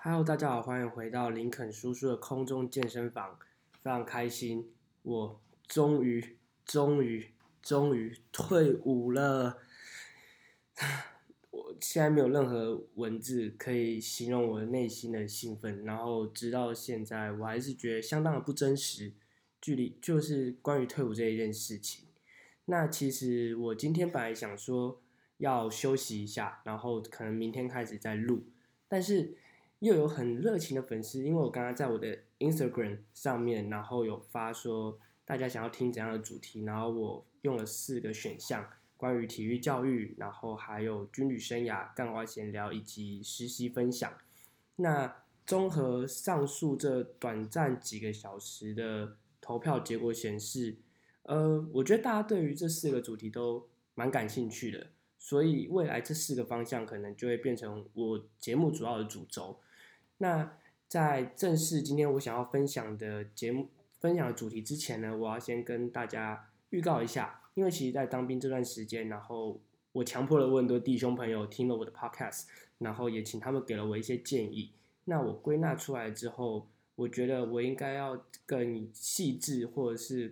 Hello，大家好，欢迎回到林肯叔叔的空中健身房，非常开心，我终于退伍了。我现在没有任何文字可以形容我的内心的兴奋，然后直到现在，我还是觉得相当的不真实。距离就是关于退伍这一件事情。那其实我今天本来想说要休息一下，然后可能明天开始再录，但是又有很热情的粉丝，因为我刚刚在我的 Instagram 上面，然后有发说大家想要听怎样的主题，然后我用了4个选项，关于体育教育，然后还有军旅生涯、干话闲聊以及实习分享。那综合上述这短暂几个小时的投票结果显示，我觉得大家对于这4个主题都蛮感兴趣的，所以未来这4个方向可能就会变成我节目主要的主轴。那在正式今天我想要分享的主题之前呢，我要先跟大家预告一下，因为其实在当兵这段时间，然后我强迫了我很多弟兄朋友听了我的 podcast，然后也请他们给了我一些建议。那我归纳出来之后，我觉得我应该要更细致，或者是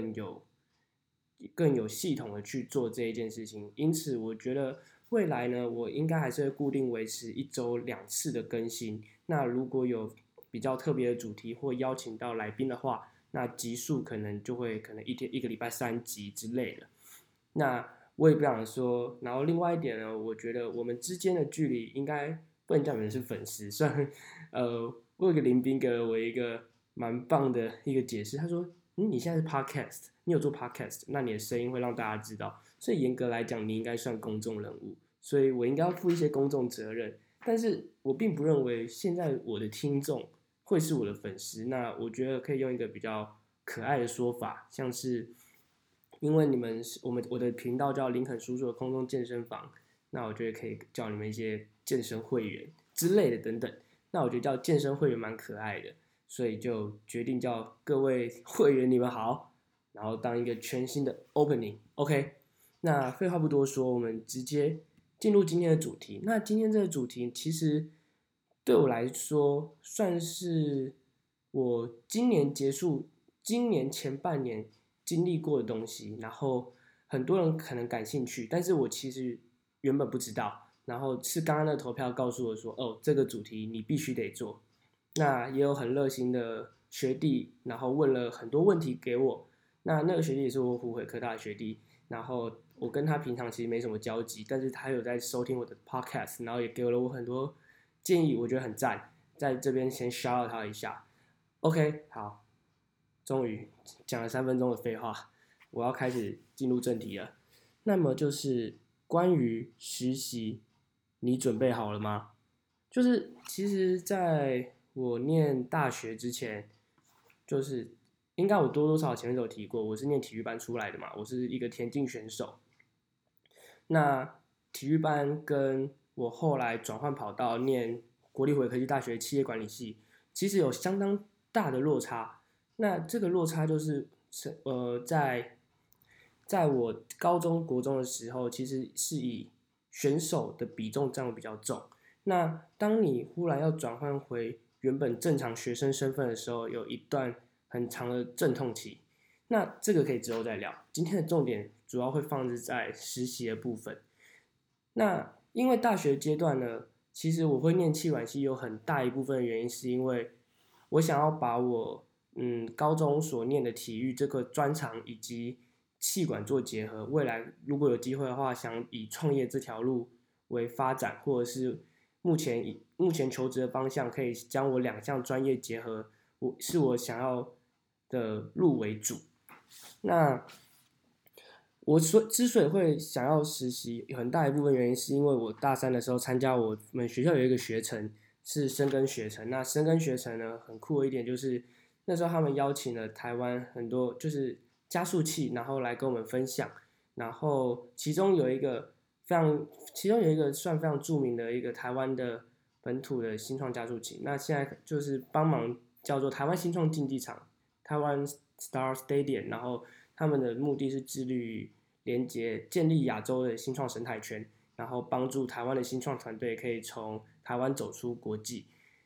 更有系统的去做这一件事情。因此，我觉得未来呢，我应该还是会固定维持1周2次的更新。那如果有比较特别的主题或邀请到来宾的话，那集数可能就会一个礼拜3集之类的。那我也不想说，然后另外一点呢，我觉得我们之间的距离应该不能叫你们是粉丝。虽然我有个林兵给了我一个蛮棒的一个解释，他说：你现在是 podcast，你有做 podcast，那你的声音会让大家知道，所以严格来讲，你应该算公众人物，所以我应该要负一些公众责任。但是我并不认为现在我的听众会是我的粉丝。那我觉得可以用一个比较可爱的说法，像是因为我的频道叫林肯叔叔的空中健身房，那我觉得可以叫你们一些健身会员之类的等等。那我觉得叫健身会员蛮可爱的，所以就决定叫各位会员你们好，然后当一个全新的 opening。OK， 那废话不多说，我们直接进入今天的主题。那今天这个主题其实对我来说算是我今年前半年经历过的东西，然后很多人可能感兴趣，但是我其实原本不知道，然后是刚刚的投票告诉我说，哦，这个主题你必须得做。那也有很热心的学弟，然后问了很多问题给我。那个学弟也是我湖北科大的学弟，然后我跟他平常其实没什么交集，但是他有在收听我的 podcast，然后也给了我很多建议，我觉得很赞，在这边先 shout out 他一下。OK， 好，终于讲了3分钟的废话，我要开始进入正题了。那么就是关于实习，你准备好了吗？就是其实在我念大学之前，就是应该我多多少少前面都有提过，我是念体育班出来的嘛，我是一个田径选手。那体育班跟我后来转换跑道念国立湖北科技大学企业管理系，其实有相当大的落差。那这个落差就是在我高中国中的时候，其实是以选手的比重占的比较重。那当你忽然要转换回原本正常学生身份的时候，有一段很长的阵痛期。那这个可以之后再聊。今天的重点主要会放置在实习的部分。那因为大学阶段呢，其实我会念企管系有很大一部分的原因是因为我想要把我高中所念的体育这个专长以及气管做结合，未来如果有机会的话，想以创业这条路为发展，或者是目前求职的方向可以将我2项专业结合，我想要的路为主。那我之所以会想要实习，有很大一部分原因是因为我大3的时候参加我们学校有一个学程是深耕学程。那深耕学程呢，很酷的一点就是那时候他们邀请了台湾很多就是加速器，然后来跟我们分享。然后其中有一个算非常著名的一个台湾的本土的新创加速器，那现在就是帮忙叫做台湾新创竞技场，台湾 Star Stadium， 然后他们的目的是致力于建立亚洲的新创生态圈，然后帮助台湾的新创团队可以从台湾走出国际。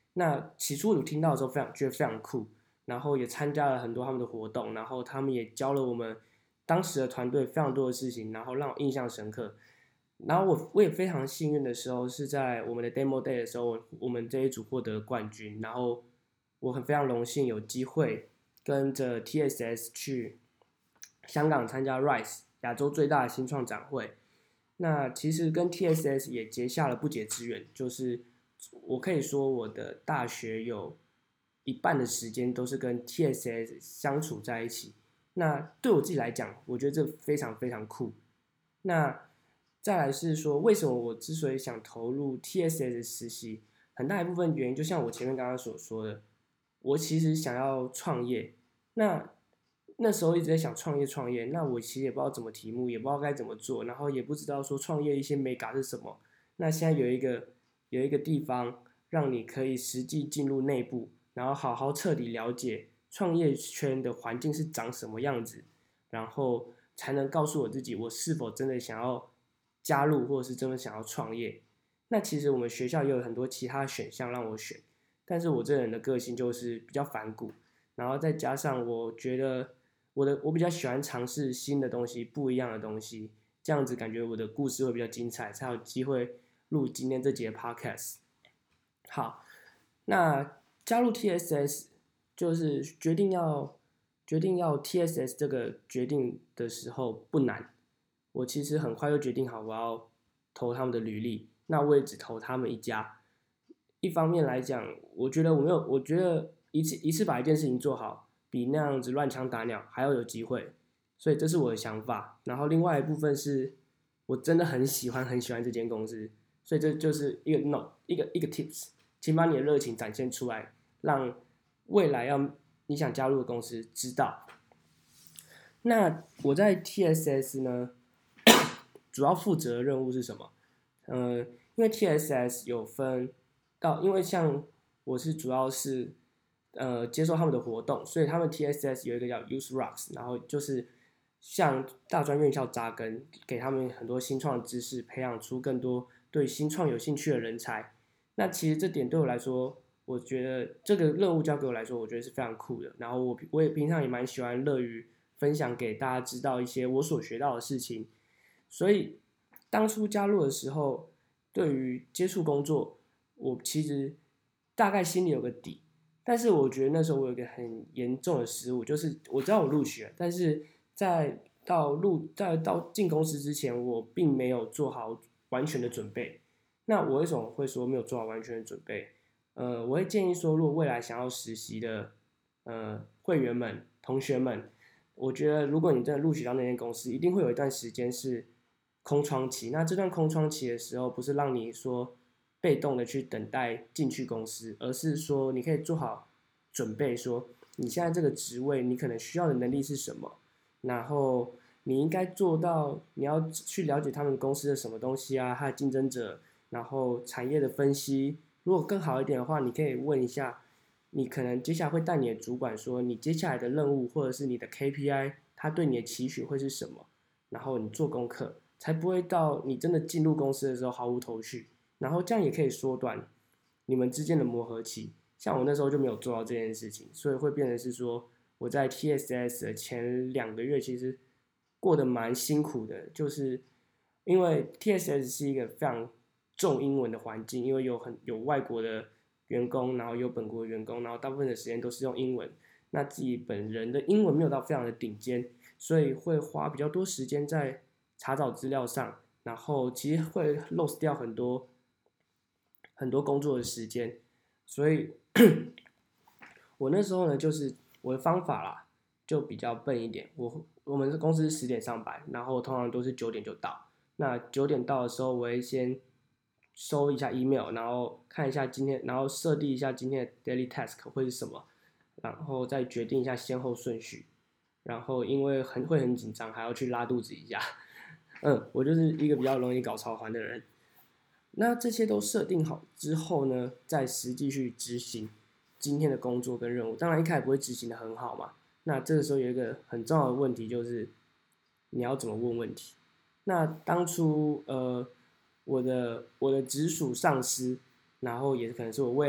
那起初我听到的时候觉得非常酷，然后也参加了很多他们的活动，然后他们也教了我们当时的团队非常多的事情，然后让我印象深刻。然后我也非常幸运的时候是在我们的 demo day 的时候，我们这一组获得冠军，然后我非常荣幸有机会跟着 TSS 去香港参加 RISE 亚洲最大的新创展会。那其实跟 TSS 也结下了不解之缘，就是我可以说我的大学有一半的时间都是跟 TSS 相处在一起。那对我自己来讲，我觉得这非常非常酷。那再来是说，为什么我之所以想投入 TSS 实习，很大一部分原因就像我前面刚刚所说的，我其实想要创业。那时候一直在想创业，那我其实也不知道怎么题目，也不知道该怎么做，然后也不知道说创业一些美感是什么。那现在有一个地方让你可以实际进入内部，然后好好彻底了解创业圈的环境是长什么样子，然后才能告诉我自己，我是否真的想要加入，或者是真的想要创业。那其实我们学校也有很多其他选项让我选，但是我这人的个性就是比较反骨，然后再加上我觉得我比较喜欢尝试新的东西，不一样的东西，这样子感觉我的故事会比较精彩，才有机会录今天这节 podcast。好，那加入 TSS 就是决定要 TSS 这个决定的时候不难，我其实很快就决定好我要投他们的履历，那我也只投他们一家。一方面来讲，我觉得一次把一件事情做好，比那样子乱枪打鸟还要有机会，所以这是我的想法。然后另外一部分是我真的很喜欢这间公司，所以这就是一个 note 一个 tips，请把你的热情展现出来，让未来你想加入的公司知道。那我在 TSS 呢，主要负责的任务是什么？因为 TSS 有分因为像我是主要是接受他们的活动，所以他们 TSS 有一个叫 Youth Rocks，然后就是向大专院校扎根，给他们很多新创知识，培养出更多对新创有兴趣的人才。那其实这点对我来说，我觉得这个任务交给我来说，我觉得是非常酷的。然后我也平常也蛮喜欢乐于分享给大家知道一些我所学到的事情，所以当初加入的时候，对于接触工作，我其实大概心里有个底。但是我觉得那时候我有一个很严重的失误，就是我知道我录取了，但是在到进公司之前，我并没有做好完全的准备。那我为什么会说没有做好完全的准备？我会建议说，如果未来想要实习的会员们、同学们，我觉得如果你真的录取到那间公司，一定会有一段时间是空窗期。那这段空窗期的时候，不是让你说被动的去等待进去公司，而是说你可以做好准备，说你现在这个职位你可能需要的能力是什么，然后你应该做到，你要去了解他们公司的什么东西啊，它的竞争者，然后产业的分析。如果更好一点的话，你可以问一下，你可能接下来会带你的主管说，你接下来的任务或者是你的 KPI，他对你的期许会是什么？然后你做功课，才不会到你真的进入公司的时候毫无头绪。然后这样也可以缩短你们之间的磨合期。像我那时候就没有做到这件事情，所以会变成是说我在 TSS 的前2个月其实过得蛮辛苦的，就是因为 TSS 是一个非常重英文的环境，因为有外国的员工，然后有本国的员工，然后大部分的时间都是用英文。那自己本人的英文没有到非常的顶尖，所以会花比较多时间在查找资料上，然后其实会 lose 掉很多工作的时间。所以我那时候呢，就是我的方法啦，就比较笨一点。我们公司是10点上班，然后通常都是9点就到。那9点到的时候，我会先收一下 email，然后看一下今天，然后设定一下今天的 daily task 会是什么，然后再决定一下先后顺序。然后因为会很紧张，还要去拉肚子一下。我就是一个比较容易搞超环的人。那这些都设定好之后呢，再实际去执行今天的工作跟任务。当然一开始不会执行的很好嘛。那这个时候有一个很重要的问题就是你要怎么问问题。那当初我的直属上司，然后也可能是我未来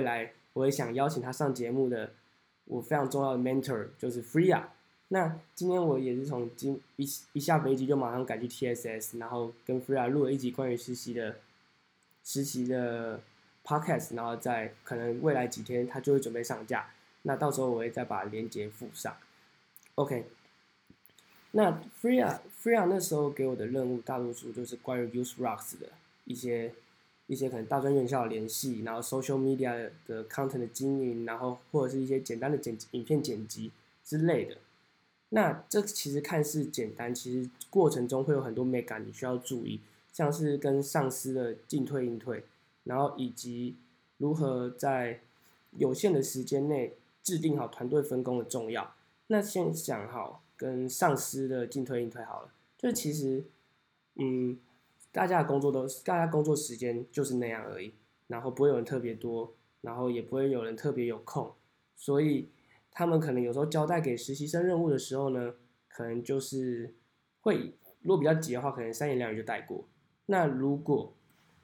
我也想邀请他上节目的我非常重要的 mentor 就是 Freya。那今天我也是从一下飞机就马上赶去 TSS， 然后跟 Freya 录了一集关于实习的 podcast， 然后在可能未来几天他就会准备上架，那到时候我会再把连结附上。OK， 那 Freya 那时候给我的任务大多数就是关于 UseRocks 的一些可能大专院校的联系，然后 social media 的 content 的经营，然后或者是一些简单的影片剪辑之类的。那这其实看似简单，其实过程中会有很多美感你需要注意，像是跟上司的进退应退，然后以及如何在有限的时间内制定好团队分工的重要。那先讲好跟上司的进退应退好了，就是其实大家工作时间就是那样而已，然后不会有人特别多，然后也不会有人特别有空，所以他们可能有时候交代给实习生任务的时候呢，可能就是会，如果比较急的话，可能3言2语就带过。那如果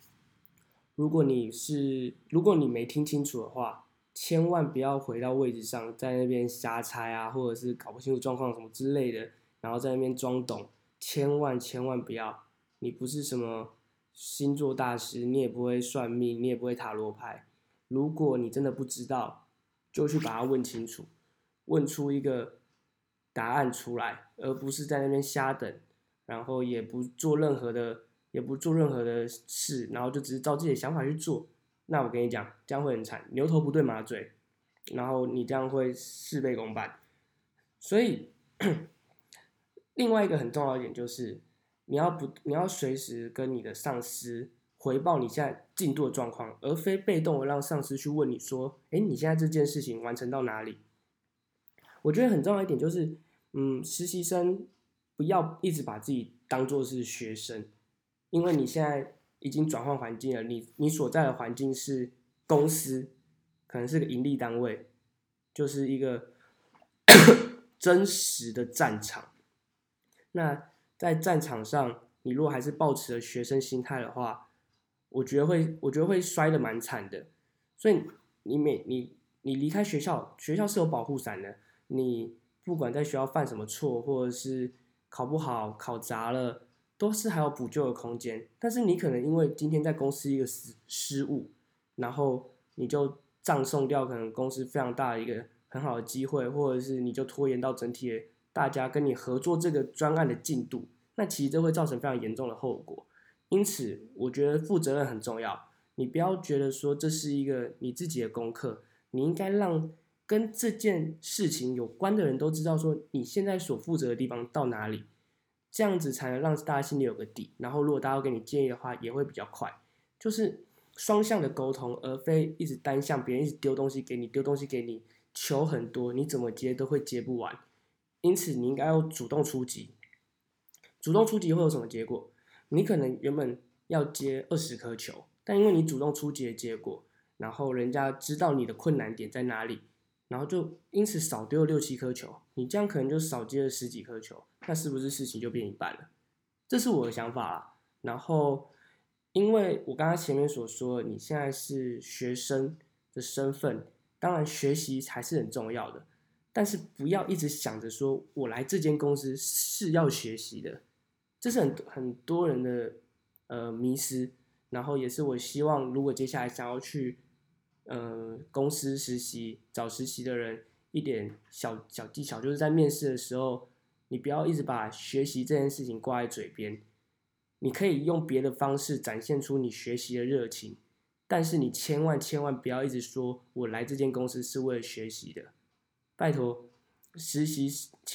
你没听清楚的话，千万不要回到位置上，在那边瞎猜啊，或者是搞不清楚状况什么之类的，然后在那边装懂，千万不要。你不是什么星座大师，你也不会算命，你也不会塔罗牌。如果你真的不知道，就去把它问清楚，问出一个答案出来，而不是在那边瞎等，然后也不做任何的事，然后就只是照自己的想法去做。那我跟你讲，这样会很惨，牛头不对马嘴，然后你这样会事倍功半。所以另外一个很重要的一点就是，你要随时跟你的上司回报你现在进度的状况，而非被动的让上司去问你说，你现在这件事情完成到哪里？我觉得很重要一点就是，实习生不要一直把自己当作是学生，因为你现在已经转换环境了，你所在的环境是公司，可能是个盈利单位，就是一个真实的战场。那在战场上，你如果还是抱持了学生心态的话，我觉得会摔得蛮惨的。所以你离开学校，学校是有保护伞的。你不管在学校犯什么错，或者是考不好、考砸了，都是还有补救的空间。但是你可能因为今天在公司一个失误，然后你就葬送掉可能公司非常大的一个很好的机会，或者是你就拖延到整体的大家跟你合作这个专案的进度，那其实这会造成非常严重的后果。因此，我觉得负责任很重要。你不要觉得说这是一个你自己的功课，你应该让跟这件事情有关的人都知道说你现在所负责的地方到哪里，这样子才能让大家心里有个底。然后，如果大家要给你建议的话，也会比较快。就是双向的沟通，而非一直单向，别人一直丢东西给你，求很多，你怎么接都会接不完。因此，你应该要主动出击。主动出击会有什么结果？你可能原本要接20颗球，但因为你主动出击的结果，然后人家知道你的困难点在哪里，然后就因此少丢了6、7颗球，你这样可能就少接了10几颗球，那是不是事情就变一半了？这是我的想法啦。然后，因为我刚刚前面所说，你现在是学生的身份，当然学习还是很重要的，但是不要一直想着说我来这间公司是要学习的，这是很多人的迷失。然后也是我希望，如果接下来想要去公司实习找实习的人，一点小技巧，就是在面试的时候，你不要一直把学习这件事情挂在嘴边，你可以用别的方式展现出你学习的热情，但是你千万不要一直说我来这间公司是为了学习的。拜托，实习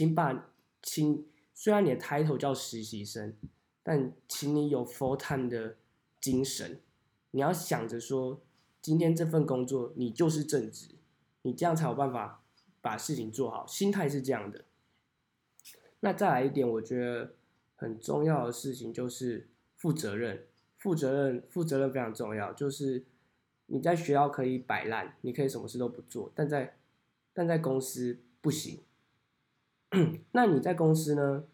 虽然你的 title 叫实习生，但请你有 full time 的精神，你要想着说，今天这份工作你就是正职，你这样才有办法把事情做好，心态是这样的。那再来一点，我觉得很重要的事情就是负责任，负责任非常重要。就是你在学校可以摆烂，你可以什么事都不做，但在公司不行。那你在公司呢？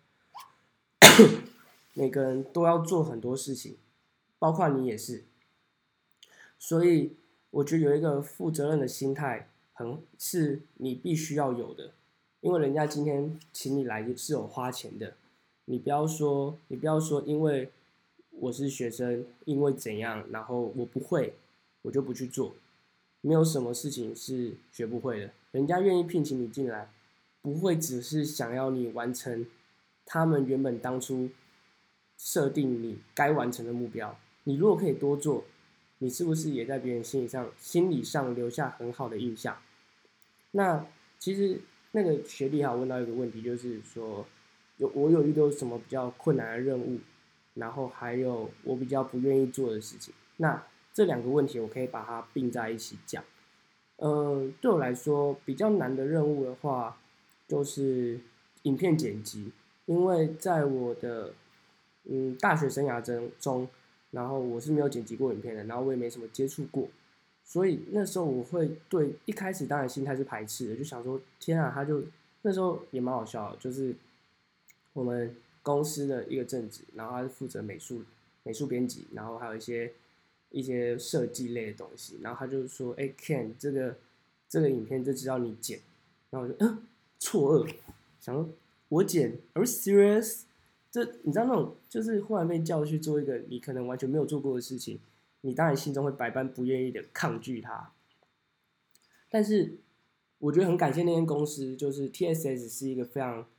每个人都要做很多事情，包括你也是。所以我觉得有一个负责任的心态，是你必须要有的，因为人家今天请你来是有花钱的，你不要说，因为我是学生，因为怎样，然后我不会，我就不去做，没有什么事情是学不会的，人家愿意聘请你进来，不会只是想要你完成他们原本当初设定你该完成的目标，你如果可以多做，你是不是也在别人心理上留下很好的印象？那其实那个学弟还有问到一个问题，就是说我有遇到什么比较困难的任务，然后还有我比较不愿意做的事情。那这两个问题我可以把它并在一起讲。对我来说比较难的任务的话，就是影片剪辑，因为在我的大学生涯中，然后我是没有剪辑过影片的，然后我也没什么接触过，所以那时候我会对一开始当然心态是排斥的，就想说天啊，那时候也蛮好笑的，就是我们公司的一个正职，然后他是负责美术编辑，然后还有一些设计类的东西，然后他就说，哎，Ken，这个影片就知道你剪，然后我就错愕，想说我剪，Are you serious？这你知道那种就是忽然被叫去做一个你可能完全没有做过的事情，你当然心中会百般不愿意的抗拒它。但是我觉得很感谢那间公司，就是 TSS 是一个非常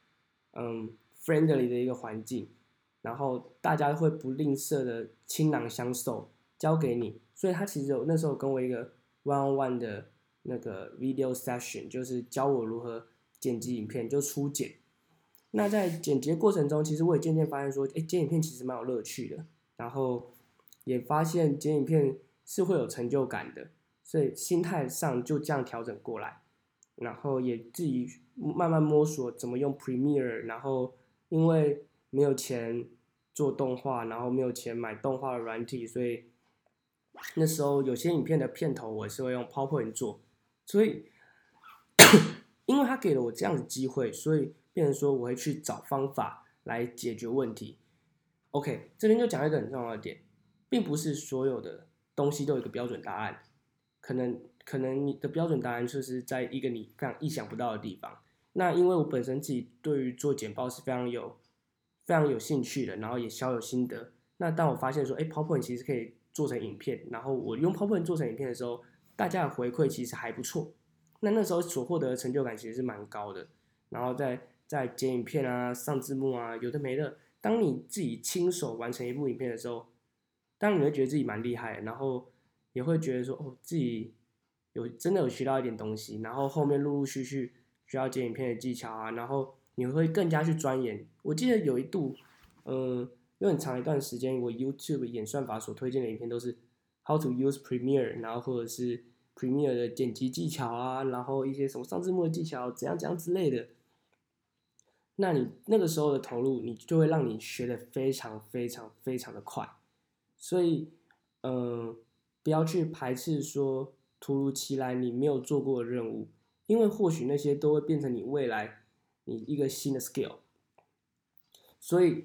friendly 的一个环境，然后大家会不吝啬的倾囊相授，交给你。所以他其实那时候跟我一个 one-on-one 的那个 video session，就是教我如何剪辑影片，就初剪。那在剪辑过程中，其实我也渐渐发现说，剪影片其实蛮有乐趣的，然后也发现剪影片是会有成就感的，所以心态上就这样调整过来，然后也自己慢慢摸索怎么用 Premiere，然后因为没有钱做动画，然后没有钱买动画的软体，所以那时候有些影片的片头我是会用 PowerPoint 做，所以因为他给了我这样的机会，所以变成说我会去找方法来解决问题。OK， 这边就讲一个很重要的点，并不是所有的东西都有一个标准答案，可能你的标准答案就是在一个你非常意想不到的地方。那因为我本身自己对于做简报是非常有兴趣的，然后也小有心得。那当我发现说，PowerPoint 其实可以做成影片，然后我用 PowerPoint 做成影片的时候，大家的回馈其实还不错。那时候所获得的成就感其实是蛮高的。然后在剪影片啊、上字幕啊，有的没的。当你自己亲手完成一部影片的时候，当然你会觉得自己蛮厉害的，然后也会觉得说，自己真的有学到一点东西。然后后面陆陆续续需要剪影片的技巧啊，然后你会更加去钻研。我记得有一度，有很长一段时间，我 YouTube 演算法所推荐的影片都是 How to use Premiere， 然后或者是 Premiere 的剪辑技巧啊，然后一些什么上字幕的技巧，怎样怎样之类的。那你那个时候的投入，你就会让你学得非常非常非常的快。所以，不要去排斥说突如其来你没有做过的任务，因为或许那些都会变成你未来你一个新的 skill。所以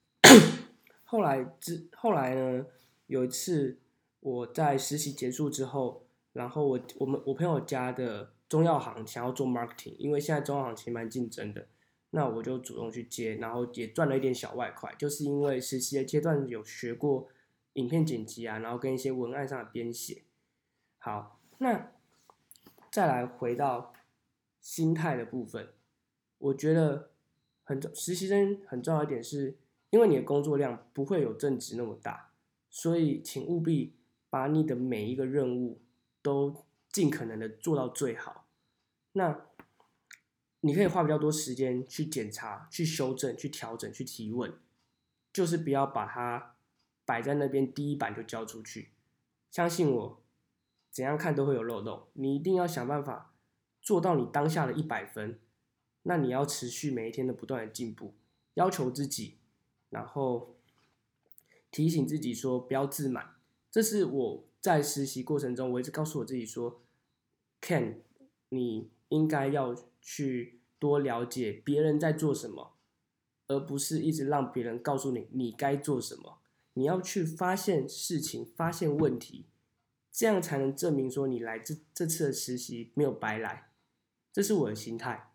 后来呢，有一次我在实习结束之后，然后我朋友家的中药行想要做 marketing，因为现在中药行其实蛮竞争的，那我就主动去接，然后也赚了一点小外快，就是因为实习的阶段有学过影片剪辑啊，然后跟一些文案上的编写。好，那再来回到心态的部分，我觉得实习生很重要一点是，因为你的工作量不会有正职那么大，所以请务必把你的每一个任务都尽可能的做到最好。那你可以花比较多时间去检查、去修正、去调整、去提问，就是不要把它摆在那边第一版就交出去。相信我，怎样看都会有漏洞，你一定要想办法做到你当下的100分。那你要持续每一天的不断的进步，要求自己，然后提醒自己说不要自满。这是我在实习过程中，我一直告诉我自己说 ，Ken，你应该要去多了解别人在做什么，而不是一直让别人告诉你你该做什么。你要去发现事情、发现问题， 这样才能证明说你来这次的实习没有白来，这是我的心态。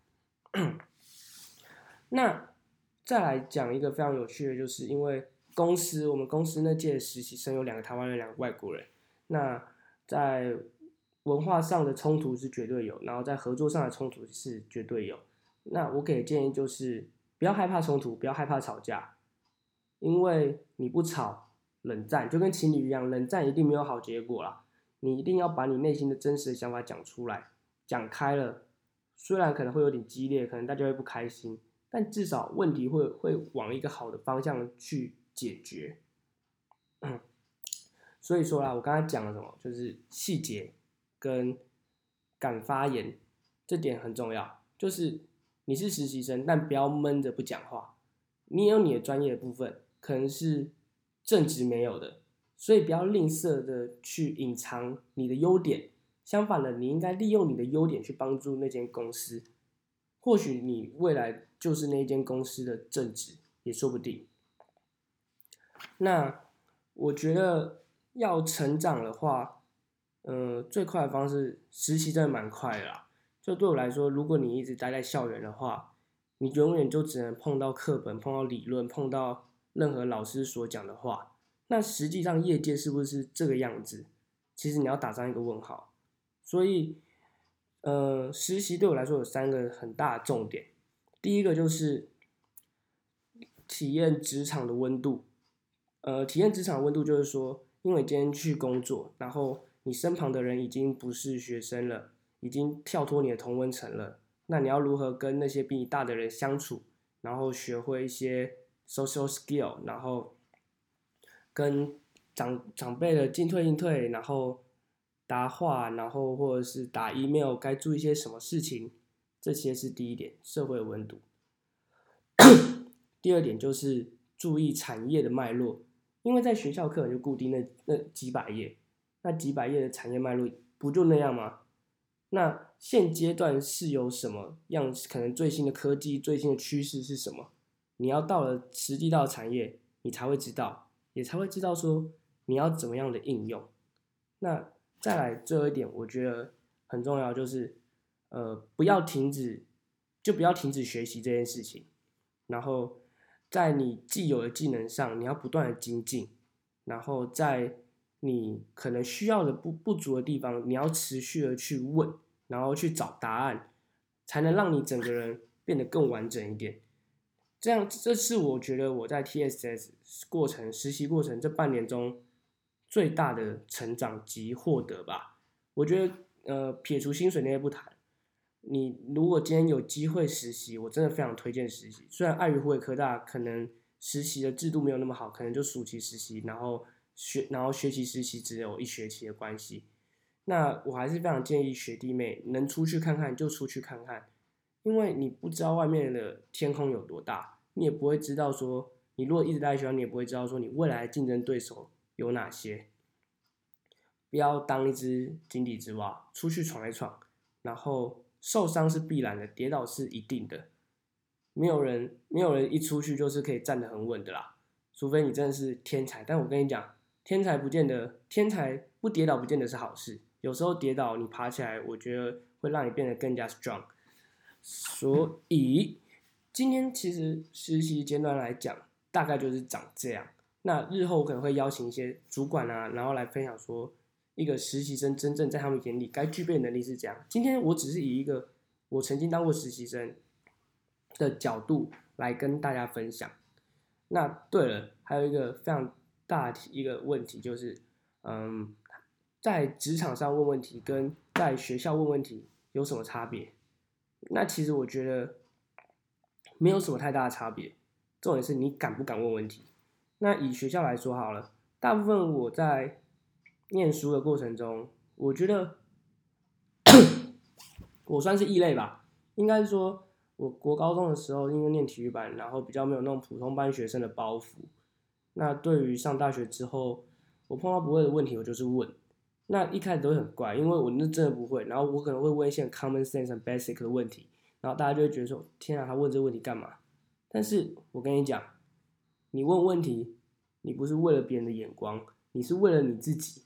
那再来讲一个非常有趣的，就是因为我们公司那届的实习生有2个台湾人，2个外国人。那在文化上的冲突是绝对有，然后在合作上的冲突是绝对有。那我给的建议就是不要害怕冲突，不要害怕吵架，因为你不吵，冷战就跟情侣一样，冷战一定没有好结果啦。你一定要把你内心的真实的想法讲出来，讲开了，虽然可能会有点激烈，可能大家会不开心，但至少问题会往一个好的方向去解决。所以说啦，我刚才讲了什么，就是细节跟敢发言，这点很重要。就是你是实习生，但不要闷着不讲话。你也有你的专业的部分，可能是正职没有的，所以不要吝啬的去隐藏你的优点。相反的，你应该利用你的优点去帮助那间公司，或许你未来就是那间公司的正职也说不定。那我觉得要成长的话，最快的方式，实习真的蛮快的啦。就对我来说，如果你一直待在校园的话，你永远就只能碰到课本、碰到理论、碰到任何老师所讲的话。那实际上业界是不是这个样子？其实你要打上一个问号。所以，实习对我来说有3个很大的重点。第一个就是体验职场的温度。体验职场的温度就是说，因为你今天去工作，然后你身旁的人已经不是学生了，已经跳脱你的同温层了。那你要如何跟那些比你大的人相处，然后学会一些 social skill， 然后跟长辈的进退应退，然后答话，然后或者是打 email 该注意些什么事情，这些是第一点，社会的温度。第二点就是注意产业的脉络，因为在学校课本就固定那几百页，那几百页的产业脉络不就那样吗？那现阶段是有什么样可能最新的科技、最新的趋势是什么？你要到了实际到产业，你才会知道，也才会知道说你要怎么样的应用。那再来最后一点，我觉得很重要，就是不要停止学习这件事情。然后在你既有的技能上，你要不断的精进。然后在你可能需要的不足的地方，你要持续的去问，然后去找答案，才能让你整个人变得更完整一点。这是我觉得我在 TSS 实习过程这半年中最大的成长及获得吧。我觉得撇除薪水那些不谈，你如果今天有机会实习，我真的非常推荐实习。虽然爱与湖北科大可能实习的制度没有那么好，可能就暑期实习，然后学期实习只有1学期的关系。那我还是非常建议学弟妹能出去看看就出去看看，因为你不知道外面的天空有多大，你也不会知道说，你如果一直待在学校，你也不会知道说你未来的竞争对手有哪些。不要当一只井底之蛙，出去闯一闯，然后受伤是必然的，跌倒是一定的。没有人一出去就是可以站得很稳的啦，除非你真的是天才。但我跟你讲，天才不跌倒不见得是好事，有时候跌倒你爬起来，我觉得会让你变得更加 strong。所以今天其实实习阶段来讲，大概就是长这样。那日后可能会邀请一些主管啊，然后来分享说一个实习生真正在他们眼里该具备的能力是这样。今天我只是以一个我曾经当过实习生的角度来跟大家分享。那对了，还有一个非常大的一个问题就是，在职场上问问题跟在学校问问题有什么差别？那其实我觉得没有什么太大的差别，重点是你敢不敢问问题。那以学校来说好了，大部分我在念书的过程中，我觉得我算是异类吧。应该是说，我国高中的时候因为念体育班，然后比较没有那种普通班学生的包袱。那对于上大学之后，我碰到不会的问题，我就是问。那一开始都会很怪，因为我那真的不会，然后我可能会问一些 common sense 和 basic 的问题，然后大家就会觉得说：天啊，他问这个问题干嘛？但是我跟你讲，你问问题，你不是为了别人的眼光，你是为了你自己。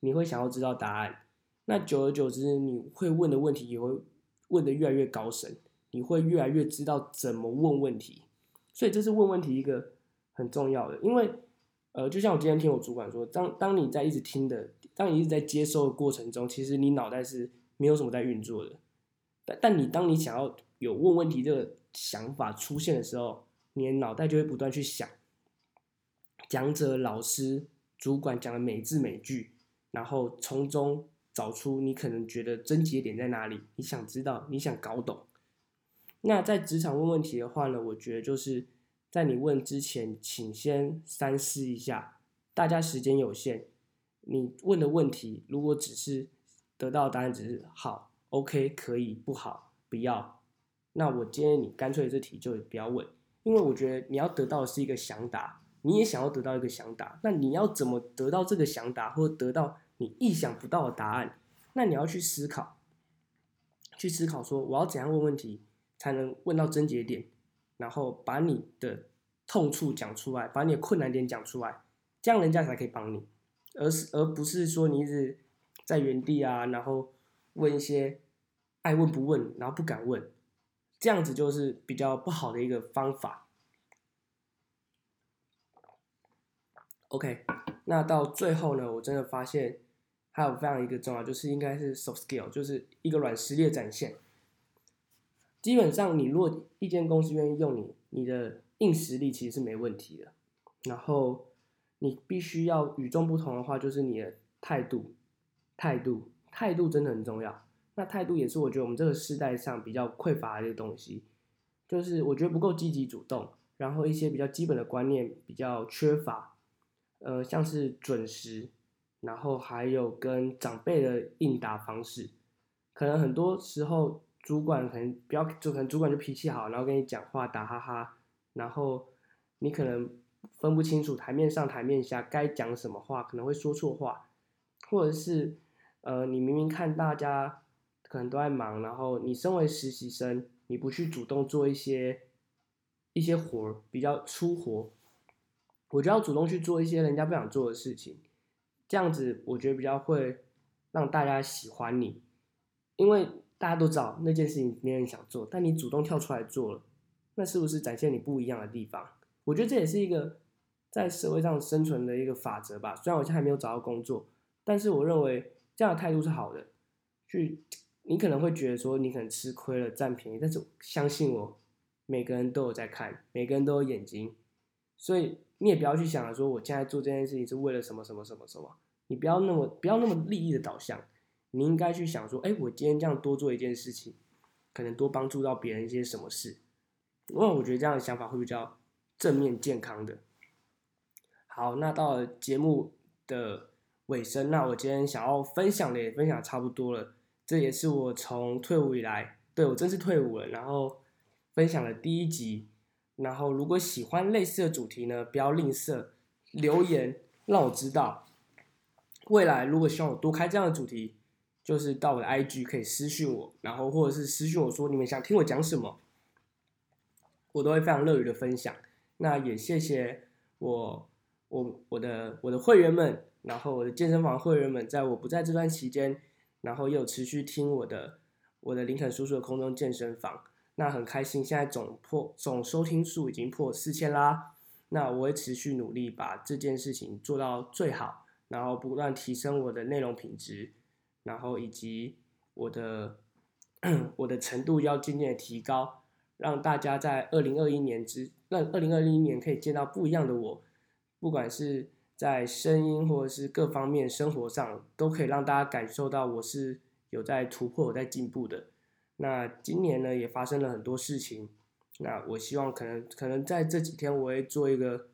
你会想要知道答案。那久而久之，你会问的问题也会问得越来越高深，你会越来越知道怎么问问题。所以这是问问题一个很重要的，因为就像我今天听我主管说，当你在一直听的，当你一直在接收的过程中，其实你脑袋是没有什么在运作的。但当你想要有问问题这个想法出现的时候，你的脑袋就会不断去想讲者、老师、主管讲的每字每句，然后从中找出你可能觉得症结点在哪里，你想知道，你想搞懂。那在职场问问题的话呢，我觉得就是在你问之前，请先三思一下。大家时间有限，你问的问题如果只是得到的答案只是好、OK、可以、不好、不要，那我建议你干脆这题就不要问，因为我觉得你要得到的是一个详答，你也想要得到一个详答，那你要怎么得到这个详答，或者得到你意想不到的答案？那你要去思考说我要怎样问问题才能问到症结点，然后把你的痛处讲出来，把你的困难点讲出来，这样人家才可以帮你，而不是说你一直在原地啊，然后问一些爱问不问，然后不敢问，这样子就是比较不好的一个方法。OK， 那到最后呢，我真的发现还有非常一个重要，就是应该是 soft skill， 就是一个软实力的展现。基本上，你如果一间公司愿意用你的硬实力其实是没问题的。然后你必须要与众不同的话，就是你的态度真的很重要。那态度也是我觉得我们这个世代上比较匮乏的一个东西，就是我觉得不够积极主动，然后一些比较基本的观念比较缺乏，像是准时，然后还有跟长辈的应答方式，可能很多时候主管可能比较，可能主管就脾气好，然后跟你讲话打哈哈，然后你可能分不清楚台面上台面下该讲什么话，可能会说错话，或者是你明明看大家可能都在忙，然后你身为实习生，你不去主动做一些活比较粗活，我就要主动去做一些人家不想做的事情，这样子我觉得比较会让大家喜欢你，因为大家都知道那件事情没人想做，但你主动跳出来做了，那是不是展现你不一样的地方？我觉得这也是一个在社会上生存的一个法则吧。虽然我现在还没有找到工作，但是我认为这样的态度是好的。你可能会觉得说你可能吃亏了、占便宜，但是相信我，每个人都有在看，每个人都有眼睛，所以你也不要去想说我现在做这件事情是为了什么什么什么什么，你不要那么利益的导向，你应该去想说，哎，我今天这样多做一件事情，可能多帮助到别人一些什么事，因为我觉得这样的想法会比较正面健康的。好，那到了节目的尾声，那我今天想要分享的也分享差不多了，这也是我从退伍以来，对，我真是退伍了，然后分享了第一集。然后如果喜欢类似的主题呢，不要吝啬留言让我知道。未来如果希望我多开这样的主题，就是到我的 IG 可以私讯我，然后或者是私讯我说你们想听我讲什么，我都会非常乐于的分享。那也谢谢我的会员们，然后我的健身房会员们，在我不在这段期间，然后又持续听我的林肯叔叔的空中健身房。那很开心，现在总收听数已经破4000啦。那我会持续努力把这件事情做到最好，然后不断提升我的内容品质，然后以及我的我的程度要渐渐的提高，让大家在让2021年可以见到不一样的我，不管是在声音或者是各方面生活上，都可以让大家感受到我是有在突破、有在进步的。那今年呢，也发生了很多事情。那我希望可能在这几天，我会做一个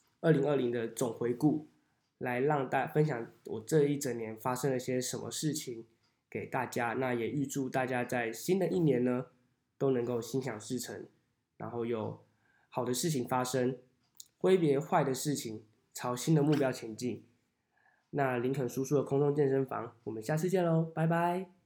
2020的总回顾，来让大家分享我这一整年发生了些什么事情给大家。那也预祝大家在新的一年呢，都能够心想事成，然后有好的事情发生，挥别坏的事情，朝新的目标前进。那林肯叔叔的空中健身房，我们下次见喽，拜拜。